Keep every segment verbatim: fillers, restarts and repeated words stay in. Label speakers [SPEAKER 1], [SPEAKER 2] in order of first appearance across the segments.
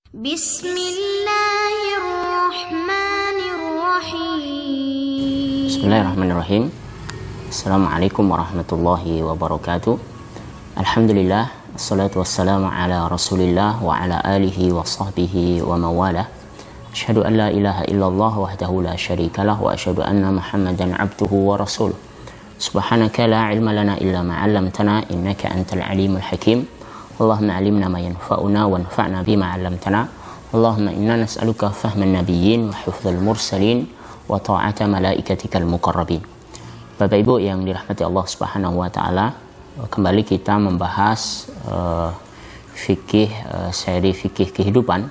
[SPEAKER 1] Bismillahirrahmanirrahim. Bismillahirrahmanirrahim. Assalamualaikum warahmatullahi wabarakatuh. Alhamdulillah, assalatu wassalamu ala rasulillah wa ala alihi wa sahbihi wa mawalah. Asyhadu an la ilaha illallah wahdahu la syarikalah wa asyhadu anna Muhammadan abduhu wa rasuluh. Subhanaka la ilma lana illa ma 'allamtana innaka antal alimul hakim. Allahumma 'allimna ma yanfa'una wanfa'na bima 'allamtana. Allahumma inna nas'aluka fahman nabiyyin wa hifdzal mursalin wa ta'ata malaikatikal muqarrabin. Bapak Ibu yang dirahmati Allah Subhanahu wa taala, kembali kita membahas uh, fikih uh, seri fikih kehidupan.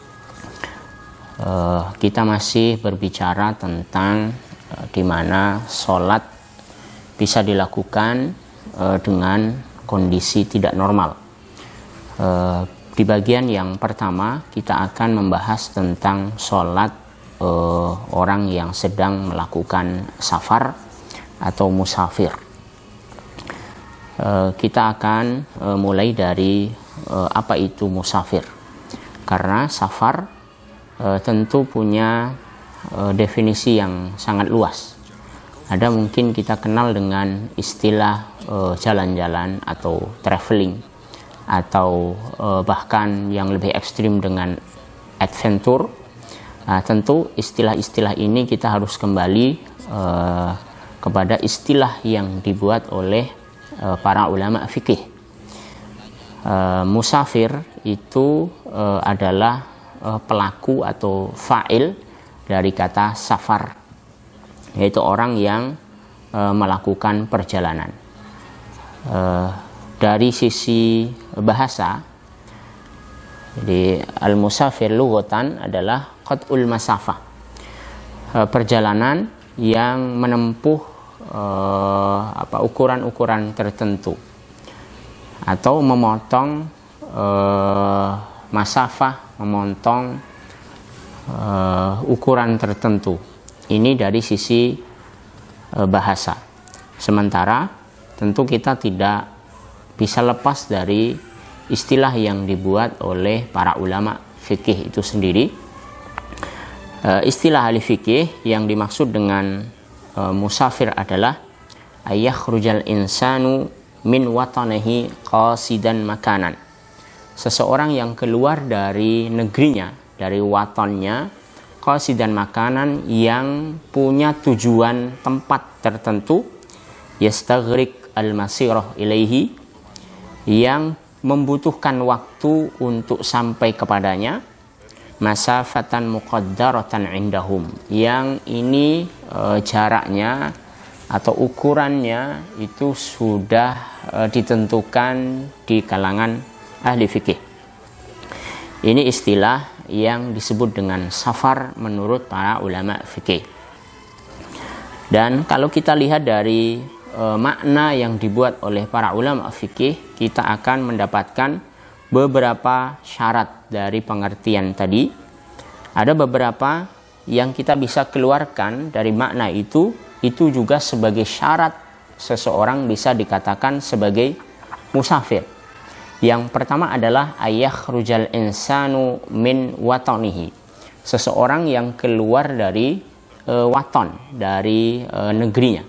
[SPEAKER 1] Uh, kita masih berbicara tentang uh, di mana sholat bisa dilakukan uh, dengan kondisi tidak normal. Uh, di bagian yang pertama kita akan membahas tentang sholat uh, orang yang sedang melakukan safar atau musafir. Uh, kita akan uh, mulai dari uh, apa itu musafir, karena safar uh, tentu punya uh, definisi yang sangat luas. Ada mungkin kita kenal dengan istilah uh, jalan-jalan atau traveling, atau uh, bahkan yang lebih ekstrim dengan adventure. Nah, tentu istilah-istilah ini kita harus kembali uh, kepada istilah yang dibuat oleh uh, para ulama fikih. Uh, musafir itu uh, adalah uh, pelaku atau fa'il dari kata safar, yaitu orang yang e, melakukan perjalanan. E, dari sisi bahasa, jadi al-musafir lughatan adalah qat'ul masafah, e, perjalanan yang menempuh e, apa ukuran-ukuran tertentu atau memotong e, masafah, memotong e, ukuran tertentu. Ini dari sisi e, bahasa. Sementara tentu kita tidak bisa lepas dari istilah yang dibuat oleh para ulama fikih itu sendiri. E, istilah ahli fikih yang dimaksud dengan e, musafir adalah ayakhrujal insanu min watanihi qasidan makanan. Seseorang yang keluar dari negerinya, dari watannya, qasidan makanan, yang punya tujuan tempat tertentu, yastaghriq al-masirah ilaihi, yang membutuhkan waktu untuk sampai kepadanya, masafatan muqaddaratan indahum, yang ini e, jaraknya atau ukurannya itu sudah e, ditentukan di kalangan ahli fikih. Ini istilah yang disebut dengan safar menurut para ulama fikih. Dan kalau kita lihat dari e, makna yang dibuat oleh para ulama fikih, kita akan mendapatkan beberapa syarat dari pengertian tadi. Ada beberapa yang kita bisa keluarkan dari makna itu, itu juga sebagai syarat seseorang bisa dikatakan sebagai musafir. Yang pertama adalah ayakhrujal insanu min watanihi, seseorang yang keluar dari e, waton, dari e, negerinya.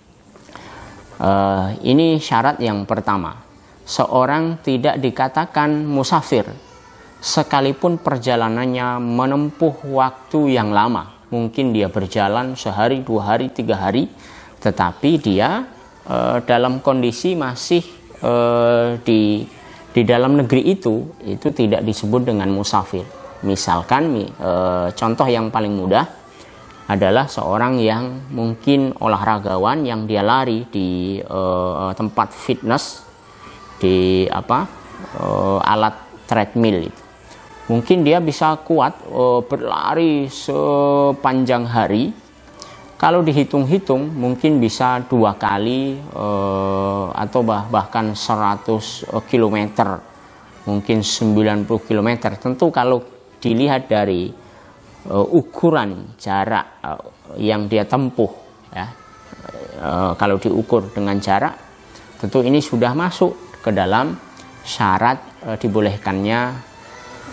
[SPEAKER 1] E, ini syarat yang pertama. Seorang tidak dikatakan musafir sekalipun perjalanannya menempuh waktu yang lama. Mungkin dia berjalan sehari, dua hari, tiga hari, tetapi dia e, dalam kondisi masih e, di Di dalam negeri itu, itu tidak disebut dengan musafir. Misalkan, e, contoh yang paling mudah adalah seorang yang mungkin olahragawan, yang dia lari di e, tempat fitness, di apa e, alat treadmill itu. Mungkin dia bisa kuat e, berlari sepanjang hari. Kalau dihitung-hitung mungkin bisa dua kali eh, atau bah, bahkan seratus kilometer, mungkin sembilan puluh kilometer. Tentu kalau dilihat dari eh, ukuran jarak eh, yang dia tempuh, ya, eh, kalau diukur dengan jarak, tentu ini sudah masuk ke dalam syarat eh, dibolehkannya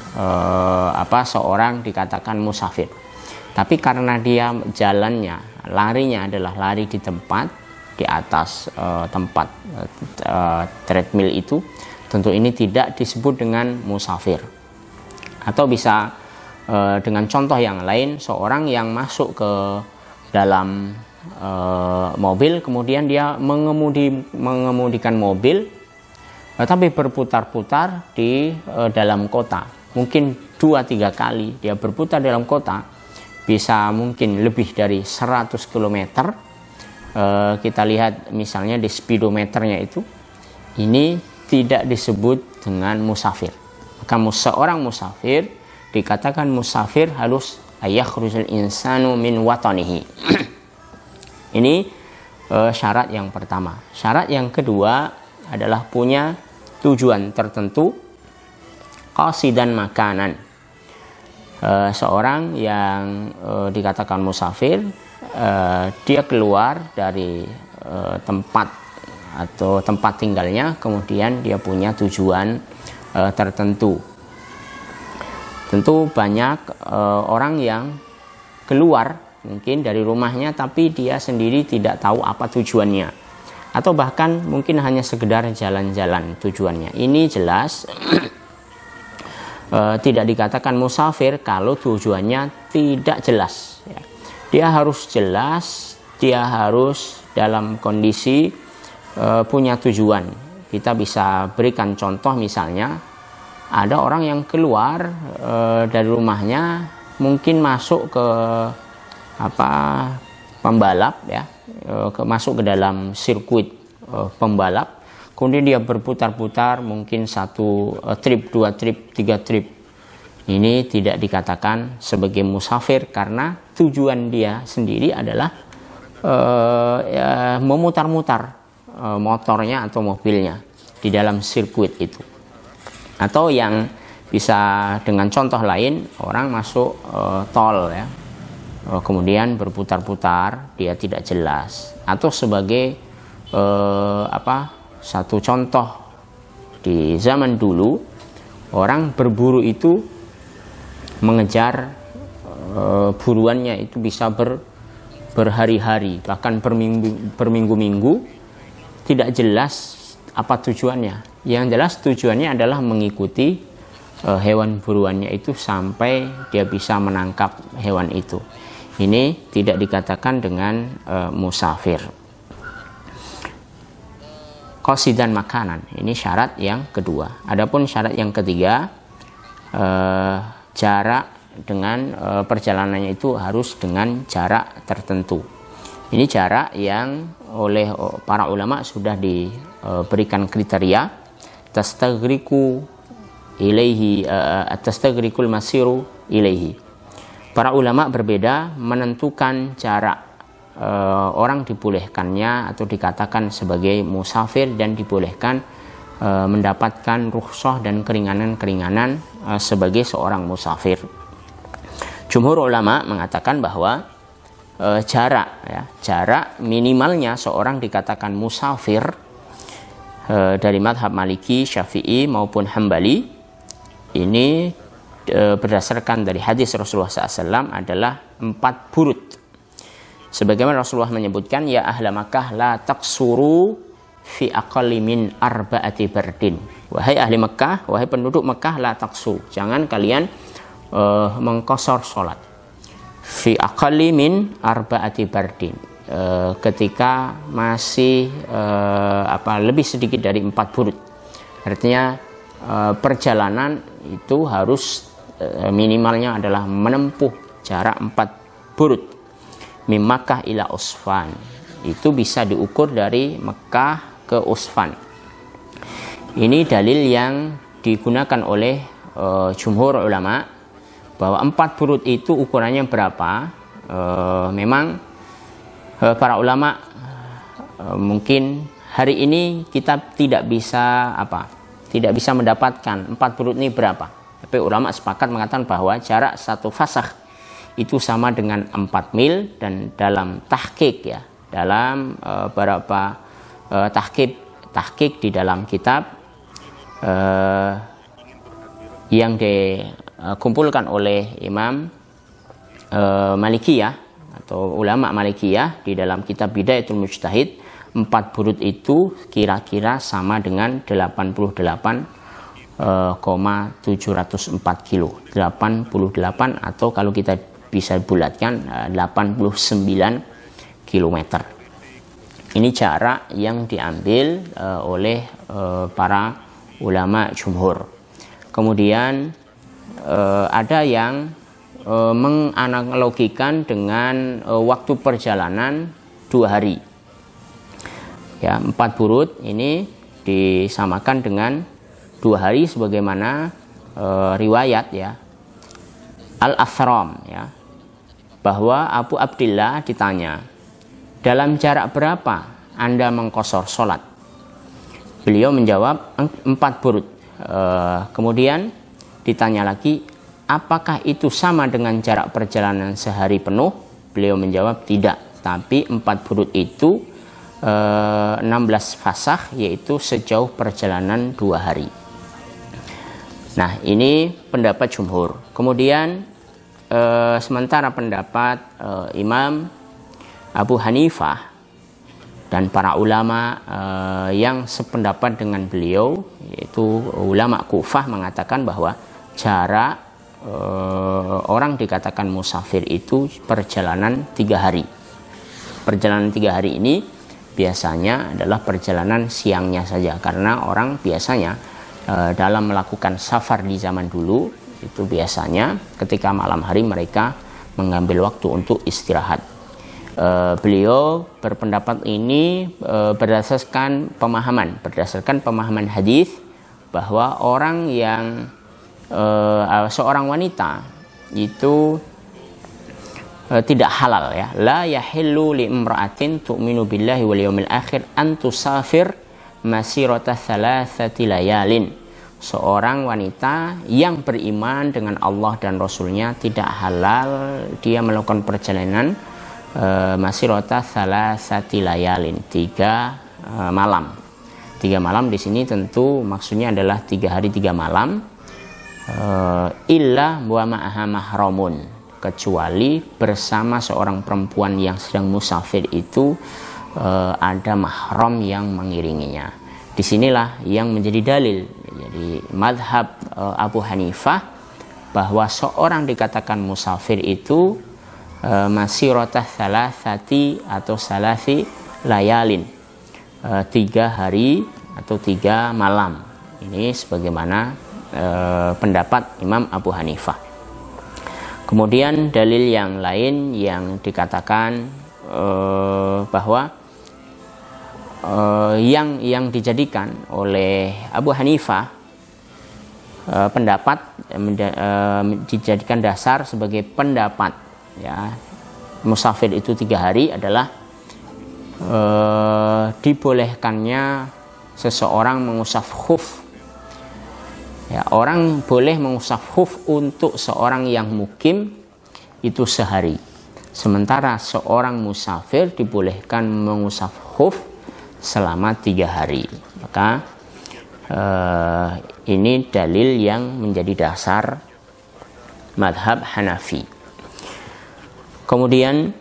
[SPEAKER 1] eh, apa seorang dikatakan musafir. Tapi karena dia jalannya, larinya adalah lari di tempat, di atas eh, tempat eh, treadmill itu, tentu ini tidak disebut dengan musafir. Atau bisa eh, dengan contoh yang lain, seorang yang masuk ke dalam eh, mobil, kemudian dia mengemudi mengemudikan mobil, eh, tapi berputar-putar di eh, dalam kota. Mungkin dua tiga kali dia berputar dalam kota, bisa mungkin lebih dari seratus kilometer. E, kita lihat misalnya di speedometernya itu, ini tidak disebut dengan musafir. Maka seorang musafir dikatakan musafir harus ayakhrujul insanu min watanihi. Ini e, syarat yang pertama. Syarat yang kedua adalah punya tujuan tertentu, qasidan makanan. Uh, seorang yang uh, dikatakan musafir, uh, dia keluar dari uh, tempat atau tempat tinggalnya, kemudian dia punya tujuan uh, tertentu. Tentu banyak uh, orang yang keluar mungkin dari rumahnya, tapi dia sendiri tidak tahu apa tujuannya, atau bahkan mungkin hanya sekedar jalan-jalan tujuannya. Ini jelas E, tidak dikatakan musafir kalau tujuannya tidak jelas, ya. Dia harus jelas, dia harus dalam kondisi e, punya tujuan. Kita bisa berikan contoh, misalnya ada orang yang keluar e, dari rumahnya, mungkin masuk ke apa pembalap, ya, e, ke, masuk ke dalam sirkuit e, pembalap. Kemudian dia berputar-putar, mungkin satu uh, trip, dua trip, tiga trip. Ini tidak dikatakan sebagai musafir karena tujuan dia sendiri adalah uh, ya, memutar-mutar uh, motornya atau mobilnya di dalam sirkuit itu. Atau yang bisa dengan contoh lain, orang masuk uh, tol, ya, uh, kemudian berputar-putar, dia tidak jelas. Atau sebagai uh, apa? Satu contoh, di zaman dulu orang berburu itu mengejar e, buruannya itu bisa ber, berhari-hari, bahkan berminggu, berminggu-minggu, tidak jelas apa tujuannya. Yang jelas tujuannya adalah mengikuti e, hewan buruannya itu sampai dia bisa menangkap hewan itu. Ini tidak dikatakan dengan e, musafir. Qasidan makanan, ini syarat yang kedua. Adapun syarat yang ketiga, eh, jarak dengan eh, perjalanannya itu harus dengan jarak tertentu. Ini jarak yang oleh para ulama sudah diberikan kriteria, tastaghriqu ilaihi uh, tastaghriqul masiru ilaihi. Para ulama berbeda menentukan jarak Uh, orang dibolehkannya atau dikatakan sebagai musafir dan dibolehkan uh, mendapatkan rukhsah dan keringanan-keringanan uh, sebagai seorang musafir. Jumhur ulama mengatakan bahwa uh, jarak, ya, jarak minimalnya seorang dikatakan musafir uh, dari madhab Maliki, Syafi'i maupun Hambali, ini uh, berdasarkan dari hadis Rasulullah shallallahu alaihi wasallam adalah empat burut. Sebagaimana Rasulullah menyebutkan, ya ahla Makkah la taqsuru fi aqalli min arba'ati bardin. Wahai ahli Makkah, wahai penduduk Makkah, la taqsuru, jangan kalian uh, mengkosor salat. Fi aqalli min arba'ati bardin. Uh, ketika masih uh, apa lebih sedikit dari empat burut. Artinya uh, perjalanan itu harus uh, minimalnya adalah menempuh jarak empat burut. Min Makkah ila Usfan, itu bisa diukur dari Mekah ke Usfan. Ini dalil yang digunakan oleh uh, jumhur ulama bahwa empat burut itu ukurannya berapa. Uh, memang uh, para ulama uh, mungkin hari ini kita tidak bisa apa, tidak bisa mendapatkan empat burut ini berapa. Tapi ulama sepakat mengatakan bahwa jarak satu fasakh itu sama dengan empat mil, dan dalam tahqiq, ya, dalam uh, beberapa uh, tahqiq tahqiq di dalam kitab uh, yang dikumpulkan oleh Imam uh, Malikiyah atau ulama Malikiyah di dalam kitab Bidayatul Mujtahid, empat burud itu kira-kira sama dengan delapan puluh delapan koma tujuh nol empat kilo, delapan puluh delapan atau kalau kita bisa bulatkan delapan puluh sembilan kilometer. Ini jarak yang diambil uh, oleh uh, para ulama jumhur. Kemudian uh, ada yang uh, menganalogikan dengan uh, waktu perjalanan dua hari. Ya, empat burud ini disamakan dengan dua hari sebagaimana uh, riwayat ya Al-Athram ya, bahwa Abu Abdillah ditanya, dalam jarak berapa Anda mengqashar sholat? Beliau menjawab empat burud. E, kemudian ditanya lagi, apakah itu sama dengan jarak perjalanan sehari penuh? Beliau menjawab tidak, tapi empat burud itu e, enam belas fasah, yaitu sejauh perjalanan dua hari. Nah, ini pendapat jumhur. Kemudian e, sementara pendapat e, Imam Abu Hanifah dan para ulama uh, yang sependapat dengan beliau, yaitu ulama Kufah, mengatakan bahwa jarak uh, orang dikatakan musafir itu perjalanan tiga hari. Perjalanan tiga hari ini biasanya adalah perjalanan siangnya saja, karena orang biasanya uh, dalam melakukan safar di zaman dulu itu biasanya ketika malam hari mereka mengambil waktu untuk istirahat. Uh, beliau berpendapat ini uh, berdasarkan pemahaman berdasarkan pemahaman hadis bahwa orang yang uh, seorang wanita itu uh, tidak halal ya, la yahillu li imra'atin tu'minu billahi wal yawmil akhir an tusafir masirata thalathati layalin. Seorang wanita yang beriman dengan Allah dan Rasulnya tidak halal dia melakukan perjalanan Uh, masirota salasati layalin, tiga uh, malam. Tiga malam di sini tentu maksudnya adalah tiga hari tiga malam. Uh, illa wa ma'aha mahramun, kecuali bersama seorang perempuan yang sedang musafir itu uh, ada mahram yang mengiringinya. Disinilah yang menjadi dalil. Jadi madhab uh, Abu Hanifah bahwa seorang dikatakan musafir itu Uh, masirotah salasati atau salasi layalin, uh, tiga hari atau tiga malam. Ini sebagaimana uh, pendapat Imam Abu Hanifah. Kemudian dalil yang lain yang dikatakan uh, bahwa uh, yang yang dijadikan oleh Abu Hanifah uh, pendapat uh, dijadikan dasar sebagai pendapat ya musafir itu tiga hari adalah e, dibolehkannya seseorang mengusap khuf. Ya, orang boleh mengusap khuf untuk seorang yang mukim itu sehari, sementara seorang musafir dibolehkan mengusap khuf selama tiga hari. Maka e, ini dalil yang menjadi dasar madhab Hanafi. Kemudian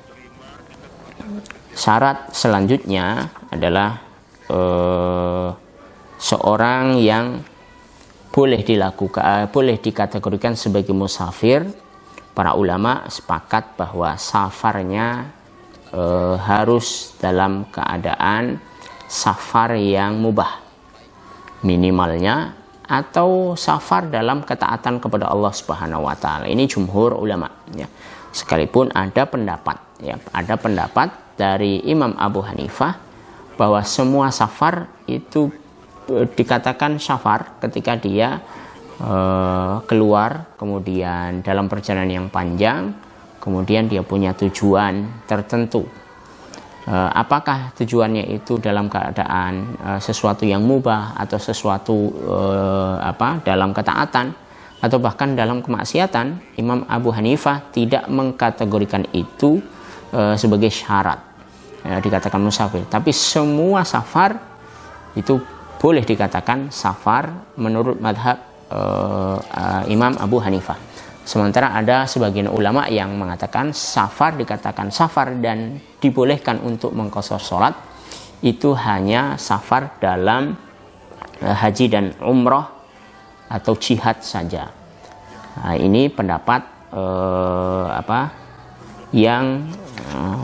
[SPEAKER 1] syarat selanjutnya adalah eh, seorang yang boleh dilakukan, boleh dikategorikan sebagai musafir. Para ulama sepakat bahwa safarnya eh, harus dalam keadaan safar yang mubah minimalnya, atau safar dalam ketaatan kepada Allah Subhanahu wa taala. Ini jumhur ulama ya. Sekalipun ada pendapat ya, ada pendapat dari Imam Abu Hanifah bahwa semua safar itu e, dikatakan safar ketika dia e, keluar, kemudian dalam perjalanan yang panjang, kemudian dia punya tujuan tertentu. E, apakah tujuannya itu dalam keadaan e, sesuatu yang mubah atau sesuatu e, apa dalam ketaatan atau bahkan dalam kemaksiatan, Imam Abu Hanifah tidak mengkategorikan itu e, sebagai syarat e, dikatakan musafir. Tapi semua safar itu boleh dikatakan safar menurut madhab uh, uh, Imam Abu Hanifah. Sementara ada sebagian ulama yang mengatakan safar, dikatakan safar dan dibolehkan untuk mengqashar sholat itu hanya safar dalam uh, haji dan umroh atau jihad saja. Nah, ini pendapat uh, apa yang uh,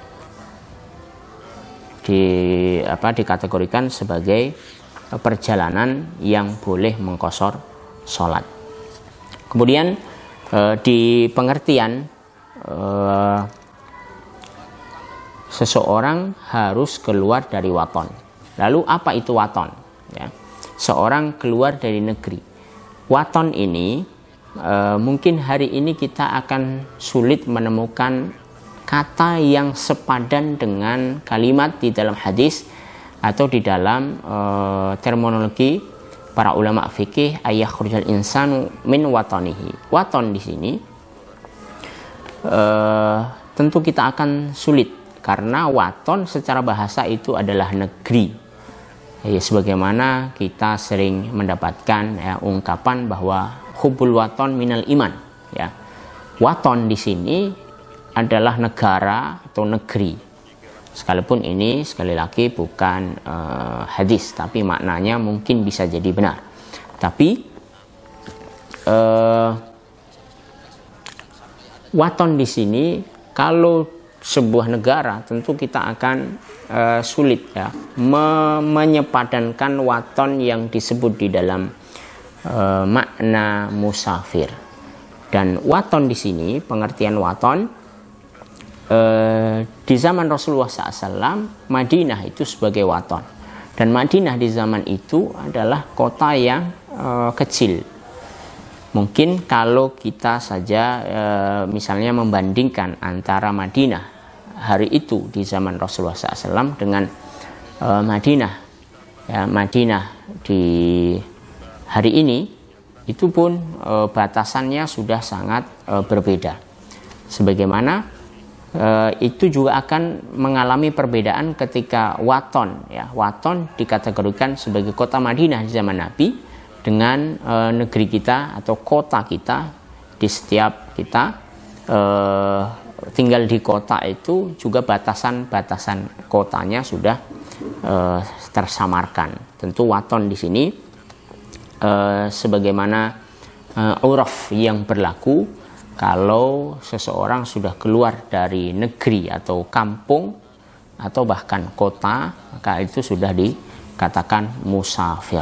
[SPEAKER 1] di apa dikategorikan sebagai perjalanan yang boleh mengqashar sholat. Kemudian eh, di pengertian eh, seseorang harus keluar dari waton. Lalu apa itu waton? Ya, seorang keluar dari negeri. Waton ini eh, mungkin hari ini kita akan sulit menemukan kata yang sepadan dengan kalimat di dalam hadis atau di dalam e, terminologi para ulama fikih, ayakhrujal insanu min watanihi. Waton di sini e, tentu kita akan sulit karena waton secara bahasa itu adalah negeri. Ya, sebagaimana kita sering mendapatkan ya, ungkapan bahwa hubbul waton minal iman. Ya, waton di sini adalah negara atau negeri. Sekalipun ini sekali lagi bukan uh, hadis, tapi maknanya mungkin bisa jadi benar. Tapi uh, waton di sini kalau sebuah negara tentu kita akan uh, sulit ya me menyepadankan waton yang disebut di dalam uh, makna musafir. Dan waton di sini pengertian waton Uh, di zaman Rasulullah shallallahu alaihi wasallam Madinah itu sebagai waton, dan Madinah di zaman itu adalah kota yang uh, kecil. Mungkin kalau kita saja uh, misalnya membandingkan antara Madinah hari itu di zaman Rasulullah shallallahu alaihi wasallam dengan uh, Madinah ya, Madinah di hari ini, itu pun uh, batasannya sudah sangat uh, berbeda. Sebagaimana Uh, itu juga akan mengalami perbedaan ketika waton ya waton dikategorikan sebagai kota Madinah di zaman Nabi dengan uh, negeri kita atau kota kita. Di setiap kita uh, tinggal di kota itu juga batasan-batasan kotanya sudah uh, tersamarkan. Tentu waton di sini uh, sebagaimana uh, uraf yang berlaku kalau seseorang sudah keluar dari negeri atau kampung atau bahkan kota, maka itu sudah dikatakan musafir.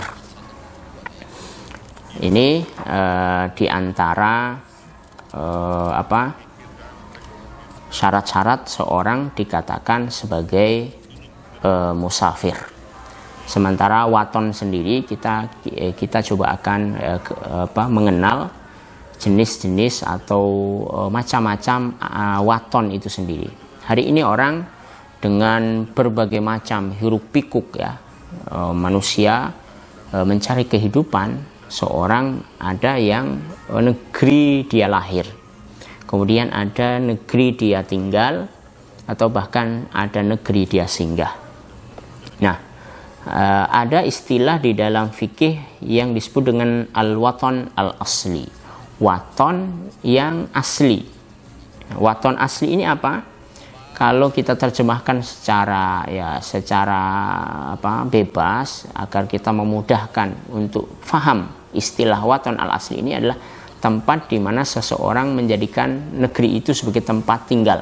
[SPEAKER 1] Ini eh, diantara eh, apa syarat-syarat seorang dikatakan sebagai eh, musafir. Sementara waton sendiri kita kita coba akan eh, ke, apa mengenal jenis-jenis atau uh, macam-macam uh, waton itu sendiri. Hari ini orang dengan berbagai macam hiruk pikuk ya uh, manusia uh, mencari kehidupan. Seorang ada yang uh, negeri dia lahir, kemudian ada negeri dia tinggal, atau bahkan ada negeri dia singgah. Nah, uh, ada istilah di dalam fikih yang disebut dengan al-waton al-asli, waton yang asli. Waton asli ini apa? Kalau kita terjemahkan secara ya secara apa bebas agar kita memudahkan untuk faham istilah waton al asli ini adalah tempat di mana seseorang menjadikan negeri itu sebagai tempat tinggal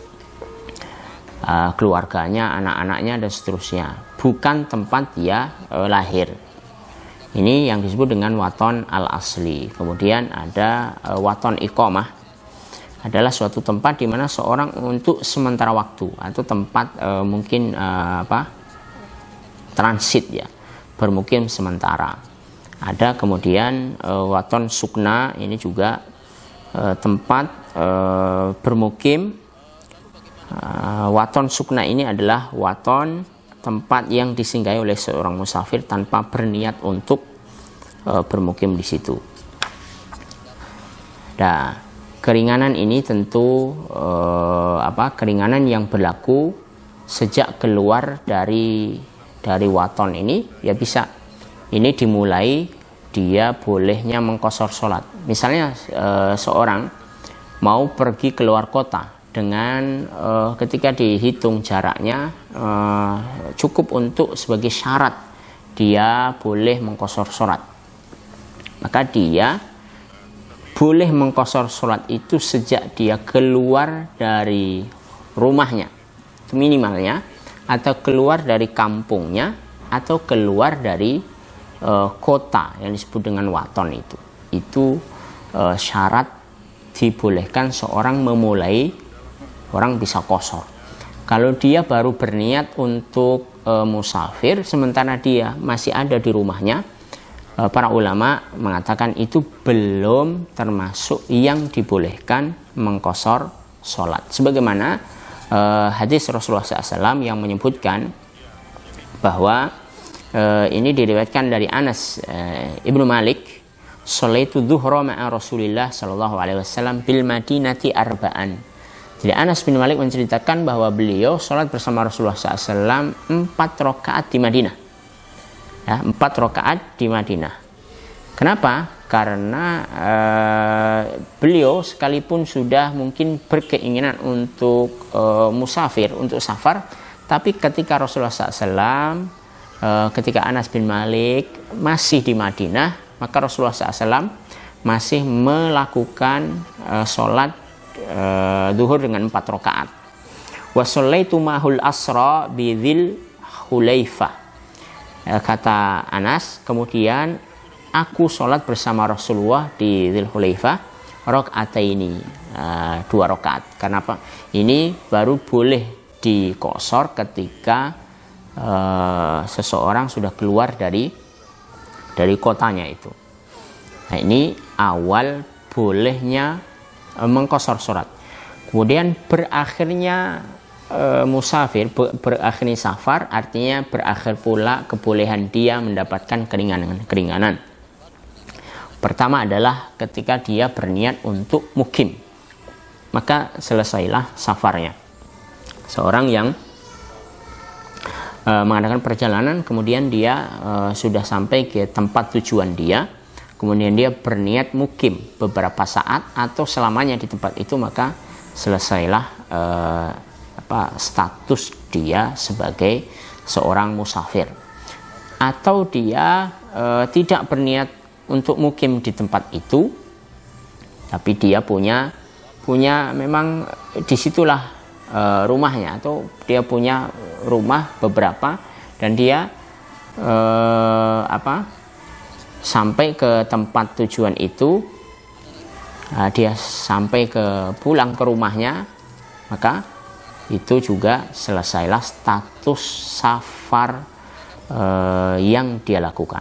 [SPEAKER 1] uh, keluarganya, anak-anaknya dan seterusnya, bukan tempat dia uh, lahir. Ini yang disebut dengan waton al-asli. Kemudian ada e, waton iqamah, adalah suatu tempat di mana seorang untuk sementara waktu atau tempat e, mungkin e, apa transit ya, bermukim sementara. Ada kemudian e, waton sukna, ini juga e, tempat e, bermukim. E, waton sukna ini adalah waton tempat yang disinggahi oleh seorang musafir tanpa berniat untuk e, bermukim di situ. Nah, keringanan ini tentu e, apa? Keringanan yang berlaku sejak keluar dari dari waton ini ya bisa. Ini dimulai dia bolehnya mengqashar sholat. Misalnya uh, seorang mau pergi keluar kota dengan uh, ketika dihitung jaraknya uh, cukup untuk sebagai syarat dia boleh mengqashar sholat, maka dia boleh mengqashar sholat itu sejak dia keluar dari rumahnya, itu minimalnya, atau keluar dari kampungnya, atau keluar dari uh, kota yang disebut dengan waton itu. Itu uh, syarat dibolehkan seorang memulai, orang bisa qashar. Kalau dia baru berniat untuk e, musafir sementara dia masih ada di rumahnya, e, para ulama mengatakan itu belum termasuk yang dibolehkan mengqashar sholat. Sebagaimana e, hadis Rasulullah shallallahu alaihi wasallam yang menyebutkan bahwa e, ini diriwayatkan dari Anas e, ibnu Malik, "Sholaitu dzuhra ma'a Rasulillah sallallahu alaihi wasallam bil Madinati arba'an." Jadi Anas bin Malik menceritakan bahwa beliau sholat bersama Rasulullah shallallahu alaihi wasallam empat rakaat di Madinah. Ya, empat rakaat di Madinah. Kenapa? Karena uh, beliau sekalipun sudah mungkin berkeinginan untuk uh, musafir, untuk safar, tapi ketika Rasulullah shallallahu alaihi wasallam, uh, ketika Anas bin Malik masih di Madinah, maka Rasulullah shallallahu alaihi wasallam masih melakukan uh, sholat duhur dengan empat rakaat. Wa shallaitu mahul asra bidzil hulaifah. Kata Anas, kemudian aku sholat bersama Rasulullah di Dzil Hulaifah rakaataini, dua rakaat. Karena apa? Ini baru boleh diqashar ketika uh, seseorang sudah keluar dari dari kotanya itu. Nah, ini awal bolehnya mengqashar sholat. Kemudian berakhirnya e, musafir, ber, berakhirnya safar, artinya berakhir pula kebolehan dia mendapatkan keringanan-keringanan. Pertama adalah ketika dia berniat untuk mukim, maka selesailah safarnya. Seorang yang e, mengadakan perjalanan, kemudian dia e, sudah sampai ke tempat tujuan dia, kemudian dia berniat mukim beberapa saat atau selamanya di tempat itu, maka selesailah eh, apa, status dia sebagai seorang musafir. Atau dia eh, tidak berniat untuk mukim di tempat itu, tapi dia punya punya memang disitulah eh, rumahnya, atau dia punya rumah beberapa dan dia eh, apa sampai ke tempat tujuan itu, nah, dia sampai ke pulang ke rumahnya, maka itu juga selesailah status safar eh, yang dia lakukan.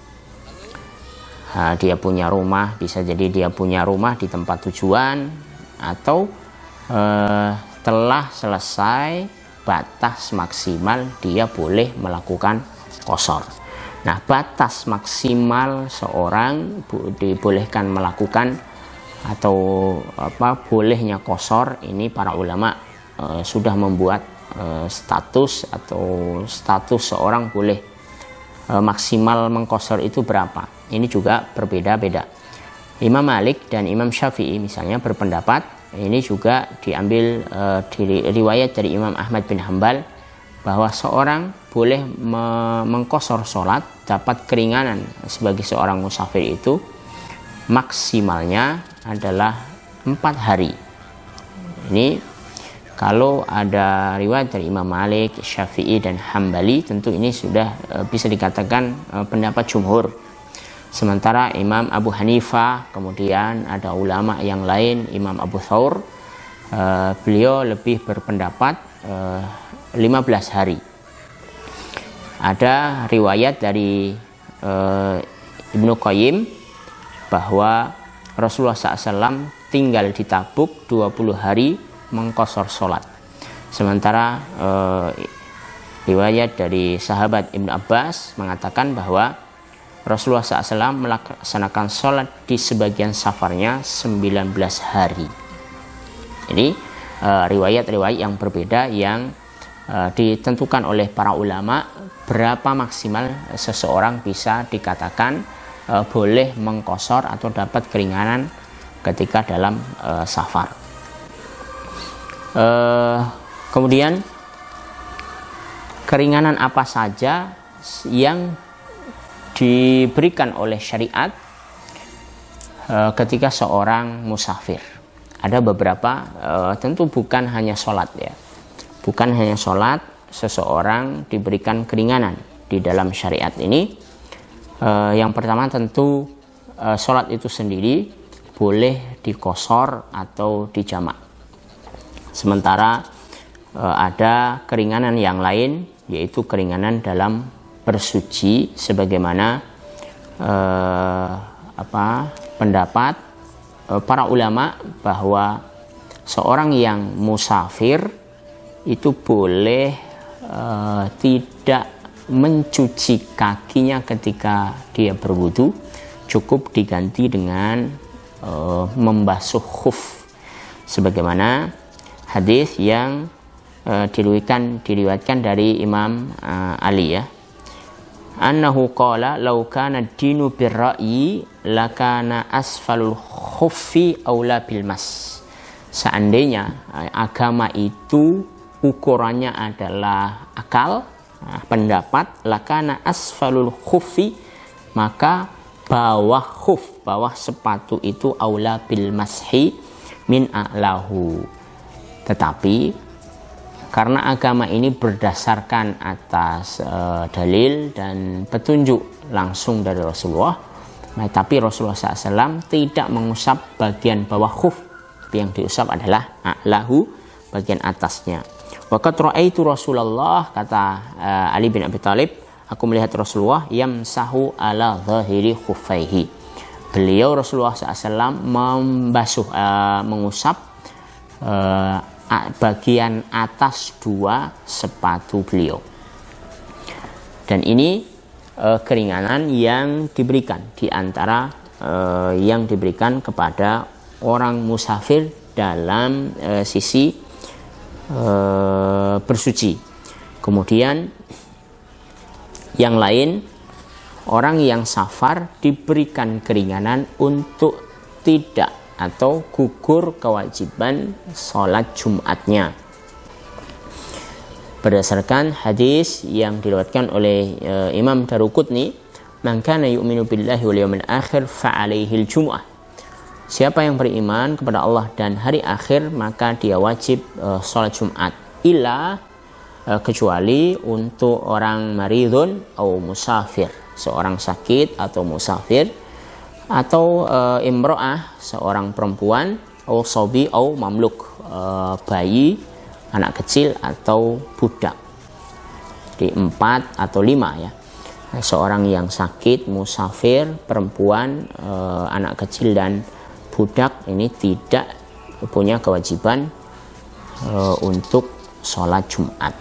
[SPEAKER 1] Nah, dia punya rumah, bisa jadi dia punya rumah di tempat tujuan, atau eh, telah selesai batas maksimal dia boleh melakukan qashar. Nah, batas maksimal seorang dibolehkan melakukan atau apa bolehnya qashar ini para ulama e, sudah membuat e, status atau status seorang boleh e, maksimal mengqashar itu berapa. Ini juga berbeda-beda. Imam Malik dan Imam Syafi'i misalnya berpendapat, ini juga diambil e, dari riwayat dari Imam Ahmad bin Hambal, bahwa seorang boleh mengqashar sholat, dapat keringanan sebagai seorang musafir itu maksimalnya adalah empat hari. Ini kalau ada riwayat dari Imam Malik, Syafi'i dan Hambali, tentu ini sudah e, bisa dikatakan e, pendapat jumhur. Sementara Imam Abu Hanifah, kemudian ada ulama yang lain, Imam Abu Thawr, e, beliau lebih berpendapat e, lima belas hari. Ada riwayat dari e, Ibnu Qayyim bahwa Rasulullah shallallahu alaihi wasallam tinggal di Tabuk dua puluh hari mengqashar sholat. Sementara e, riwayat dari sahabat Ibnu Abbas mengatakan bahwa Rasulullah shallallahu alaihi wasallam melaksanakan sholat di sebagian safarnya sembilan belas hari. Jadi e, riwayat-riwayat yang berbeda yang e, ditentukan oleh para ulama berapa maksimal seseorang bisa dikatakan e, boleh mengqashar atau dapat keringanan ketika dalam e, safar. E, kemudian keringanan apa saja yang diberikan oleh syariat e, ketika seorang musafir? Ada beberapa, e, tentu bukan hanya sholat ya, bukan hanya sholat seseorang diberikan keringanan di dalam syariat ini. E, yang pertama tentu e, sholat itu sendiri boleh diqashar atau dijamak. Sementara e, ada keringanan yang lain, yaitu keringanan dalam bersuci, sebagaimana e, apa pendapat para ulama bahwa seorang yang musafir itu boleh e, tidak mencuci kakinya ketika dia berwudu, cukup diganti dengan e, membasuh khuf, sebagaimana hadis yang e, diriwayatkan diriwayatkan dari Imam e, Ali ya, annahu qala law kana ad-dinu bir-ra'yi lakana asfalul khuffi aula bil mas. Seandainya agama itu ukurannya adalah akal, nah, pendapat, lakana asfalul khuffi, maka bawah khuf, bawah sepatu itu aula bil mashi min a'lahu. Tetapi karena agama ini berdasarkan atas uh, dalil dan petunjuk langsung dari Rasulullah, nah, tapi Rasulullah shallallahu alaihi wasallam tidak mengusap bagian bawah khuf, tapi yang diusap adalah a'lahu, bagian atasnya. Waqad ra'aitu Rasulullah, kata uh, Ali bin Abi Thalib, aku melihat Rasulullah yamsahu ala zahiri khuffaihi. Beliau Rasulullah shallallahu alaihi wasallam membasuh, uh, mengusap uh, bagian atas dua sepatu beliau. Dan ini e, keringanan yang diberikan di antara e, yang diberikan kepada orang musafir dalam e, sisi e, bersuci. Kemudian yang lain, orang yang safar diberikan keringanan untuk tidak atau gugur kewajiban sholat Jumatnya, berdasarkan hadis yang diriwayatkan oleh e, Imam Daruqutni, man kana yu'minu billahi wal yawmil akhir fa alaihil jumu'ah. Siapa yang beriman kepada Allah dan hari akhir, maka dia wajib e, sholat Jumat, illa e, kecuali untuk orang maridun atau musafir, seorang sakit atau musafir, atau e, imro'ah, seorang perempuan, atau sobi atau mamluk, e, bayi, anak kecil atau budak. Di empat atau lima ya, seorang yang sakit, musafir, perempuan, e, anak kecil dan budak ini tidak punya kewajiban e, untuk sholat Jumat.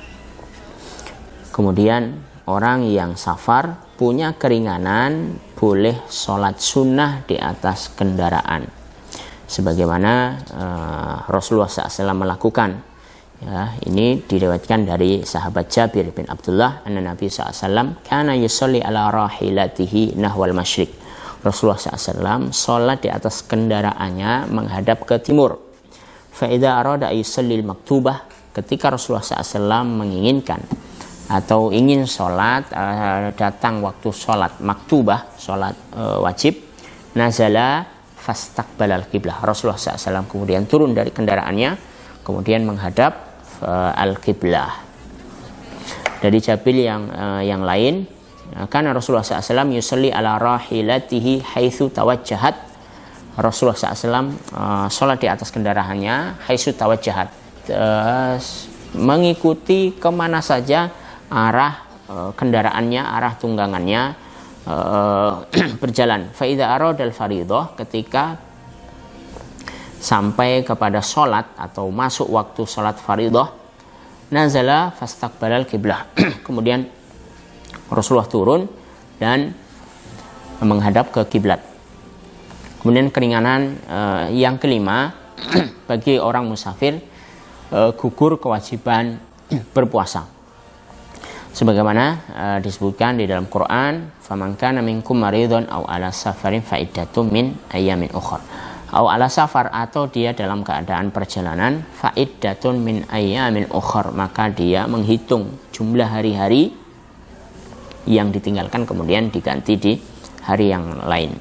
[SPEAKER 1] Kemudian orang yang safar punya keringanan, boleh sholat sunnah di atas kendaraan, sebagaimana uh, Rasulullah shallallahu alaihi wasallam melakukan. Ya, ini diriwayatkan dari sahabat Jabir bin Abdullah, anna Nabi shallallahu alaihi wasallam kana yusolli ala rahilatihi nahwal masyriq. Rasulullah shallallahu alaihi wasallam sholat di atas kendaraannya menghadap ke timur. Fa idza arada ayusallil maktubah, ketika Rasulullah shallallahu alaihi wasallam menginginkan atau ingin sholat, uh, datang waktu sholat maktubah, sholat uh, wajib, nazala fastaqbalal qiblah. Rasulullah shallallahu alaihi wasallam kemudian turun dari kendaraannya, kemudian menghadap uh, al-qiblah. Dari Jabir yang uh, yang lain, karena Rasulullah shallallahu alaihi wasallam yusalli ala rahilatihi haitsu tawajjahat. Rasulullah shallallahu alaihi wasallam uh, sholat di atas kendaraannya haitsu tawajjahat, uh, mengikuti kemana saja arah e, kendaraannya, arah tunggangannya e, berjalan. Fa idza aradal fardhah, ketika sampai kepada sholat atau masuk waktu sholat fardhah, nazala fastaqbalal qiblah. Kemudian Rasulullah turun dan menghadap ke kiblat. Kemudian keringanan e, yang kelima bagi orang musafir, e, gugur kewajiban berpuasa. Sebagaimana uh, disebutkan di dalam Quran, faman kana minkum maridun aw ala safarin fa iddatum min ayyamin ukhra. Aw ala safar, atau dia dalam keadaan perjalanan, fa iddatun min ayyamin ukhra, maka dia menghitung jumlah hari-hari yang ditinggalkan kemudian diganti di hari yang lain.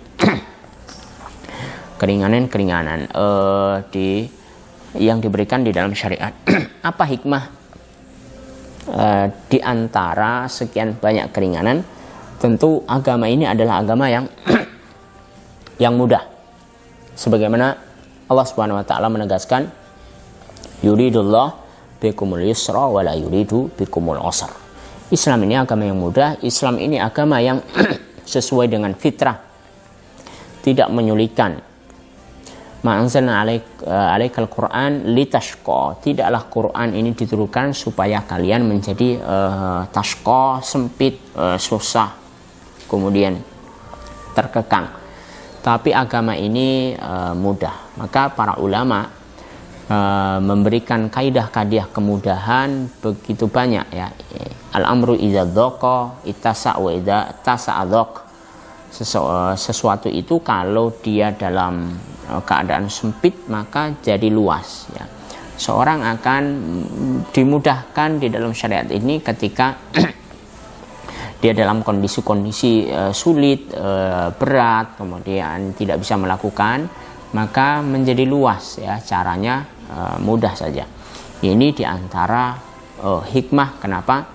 [SPEAKER 1] Keringanan-keringanan uh, di yang diberikan di dalam syariat. Apa hikmah Uh, di antara sekian banyak keringanan? Tentu agama ini adalah agama yang yang mudah. Sebagaimana Allah Subhanahu wa taala menegaskan, yuridullah bikumul yusra wa la yuridu bikumul usra. Islam ini agama yang mudah, Islam ini agama yang sesuai dengan fitrah, tidak menyulitkan. Ma'anzalna alaik, uh, alaikal Qur'an litashqa. Tidaklah Quran ini diturunkan supaya kalian menjadi uh, tashqa, sempit, uh, susah, kemudian terkekang. Tapi agama ini uh, mudah. Maka para ulama uh, memberikan kaidah-kaidah kemudahan begitu banyak ya. Al-amru idza dhaqa ittasa' wa idza tasa'a dhaq. Sesuatu itu kalau dia dalam keadaan sempit maka jadi luas ya. Seorang akan dimudahkan di dalam syariat ini ketika dia dalam kondisi-kondisi uh, sulit, uh, berat, kemudian tidak bisa melakukan, maka menjadi luas ya, caranya uh, mudah saja. Ini diantara uh, hikmah kenapa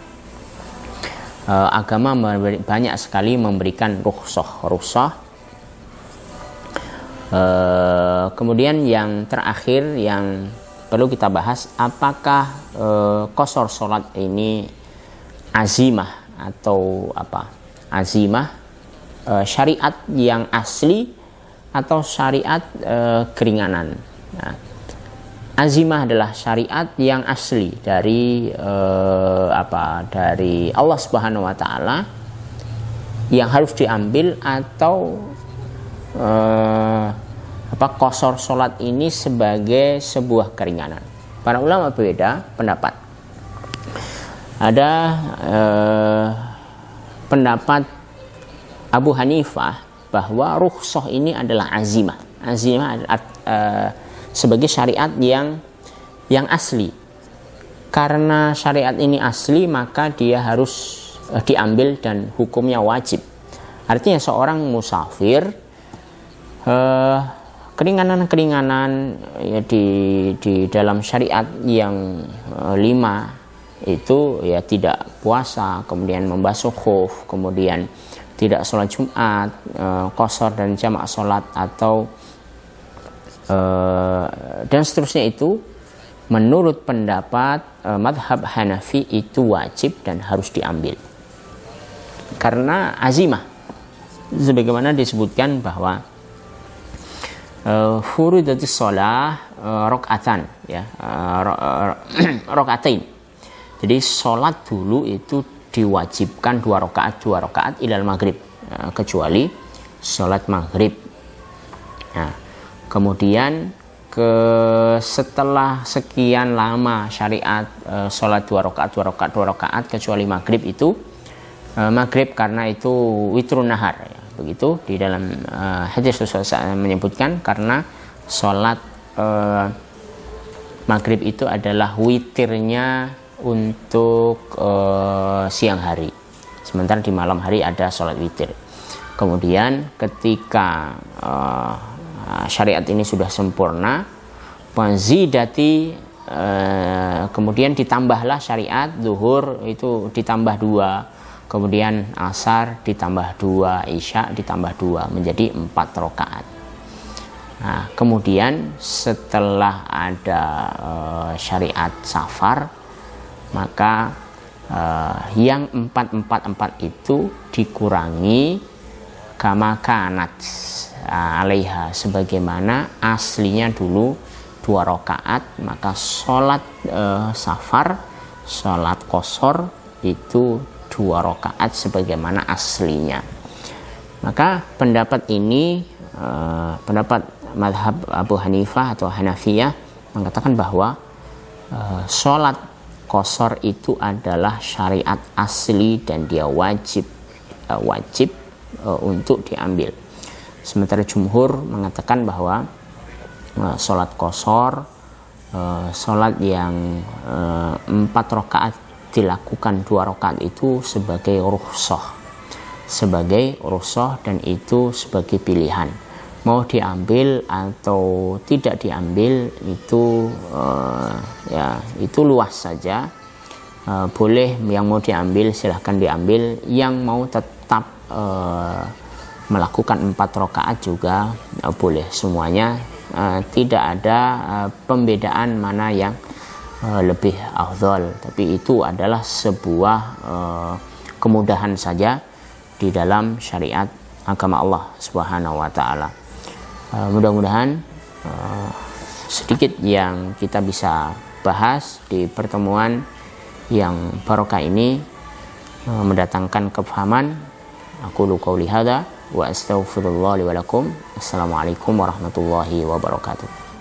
[SPEAKER 1] Uh, agama memberi, banyak sekali memberikan rukhsah rukhsah. Uh, kemudian yang terakhir yang perlu kita bahas, apakah uh, qasar sholat ini azimah atau apa? Azimah uh, syariat yang asli atau syariat uh, keringanan. Nah, azimah adalah syariat yang asli dari eh, apa dari Allah Subhanahu wa taala yang harus diambil, atau eh, apa qasar salat ini sebagai sebuah keringanan. Para ulama berbeda pendapat. Ada eh, pendapat Abu Hanifah bahwa rukhsah ini adalah azimah. Azimah adalah eh, sebagai syariat yang yang asli. Karena syariat ini asli, maka dia harus uh, diambil dan hukumnya wajib. Artinya seorang musafir, uh, keringanan-keringanan ya, di di dalam syariat yang uh, lima itu ya tidak puasa, kemudian membasuh khuf, kemudian tidak sholat Jumat, uh, qasar dan jamak sholat, atau Uh, dan seterusnya, itu menurut pendapat uh, madhab Hanafi itu wajib dan harus diambil karena azimah, sebagaimana disebutkan bahwa uh, furidatis shalah uh, rakaatan ya uh, rakaatain. Jadi sholat dulu itu diwajibkan dua rakaat dua rakaat ilal maghrib, uh, kecuali sholat maghrib. Nah, kemudian ke setelah sekian lama syariat e, sholat dua rakaat dua rakaat dua rakaat kecuali maghrib itu e, maghrib karena itu witrun nahar ya. Begitu di dalam e, hadis Rasulullah menyebutkan karena sholat e, maghrib itu adalah witirnya untuk e, siang hari, sementara di malam hari ada sholat witir. Kemudian ketika e, syariat ini sudah sempurna, panzidati, eh, kemudian ditambahlah syariat zuhur itu ditambah dua, kemudian asar ditambah dua, isya ditambah dua, menjadi empat rakaat. Nah, kemudian setelah ada eh, syariat safar, maka eh, yang empat empat empat itu dikurangi kama kanat alaiha, sebagaimana aslinya dulu dua rakaat, maka sholat e, safar, sholat qasar itu dua rakaat sebagaimana aslinya. Maka pendapat ini e, pendapat madhab Abu Hanifah atau Hanafiyah mengatakan bahwa e, sholat qashar itu adalah syariat asli dan dia wajib uh, wajib uh, untuk diambil. Sementara jumhur mengatakan bahwa uh, sholat qashar, uh, sholat yang uh, empat rakaat dilakukan dua rakaat itu sebagai rukhsah, sebagai rukhsah dan itu sebagai pilihan. Mau diambil atau tidak diambil itu uh, ya itu luas saja. Uh, boleh yang mau diambil silahkan diambil, yang mau tetap uh, melakukan empat rakaat juga uh, boleh semuanya. Uh, tidak ada uh, pembedaan mana yang uh, lebih afdal, tapi itu adalah sebuah uh, kemudahan saja di dalam syariat agama Allah Subhanahu wa taala. Uh, mudah-mudahan uh, sedikit yang kita bisa bahas di pertemuan yang barokah ini uh, mendatangkan kefahaman. Aku lu qauli hadza wa astaghfirullah li wa lakum. Assalamualaikum warahmatullahi wabarakatuh.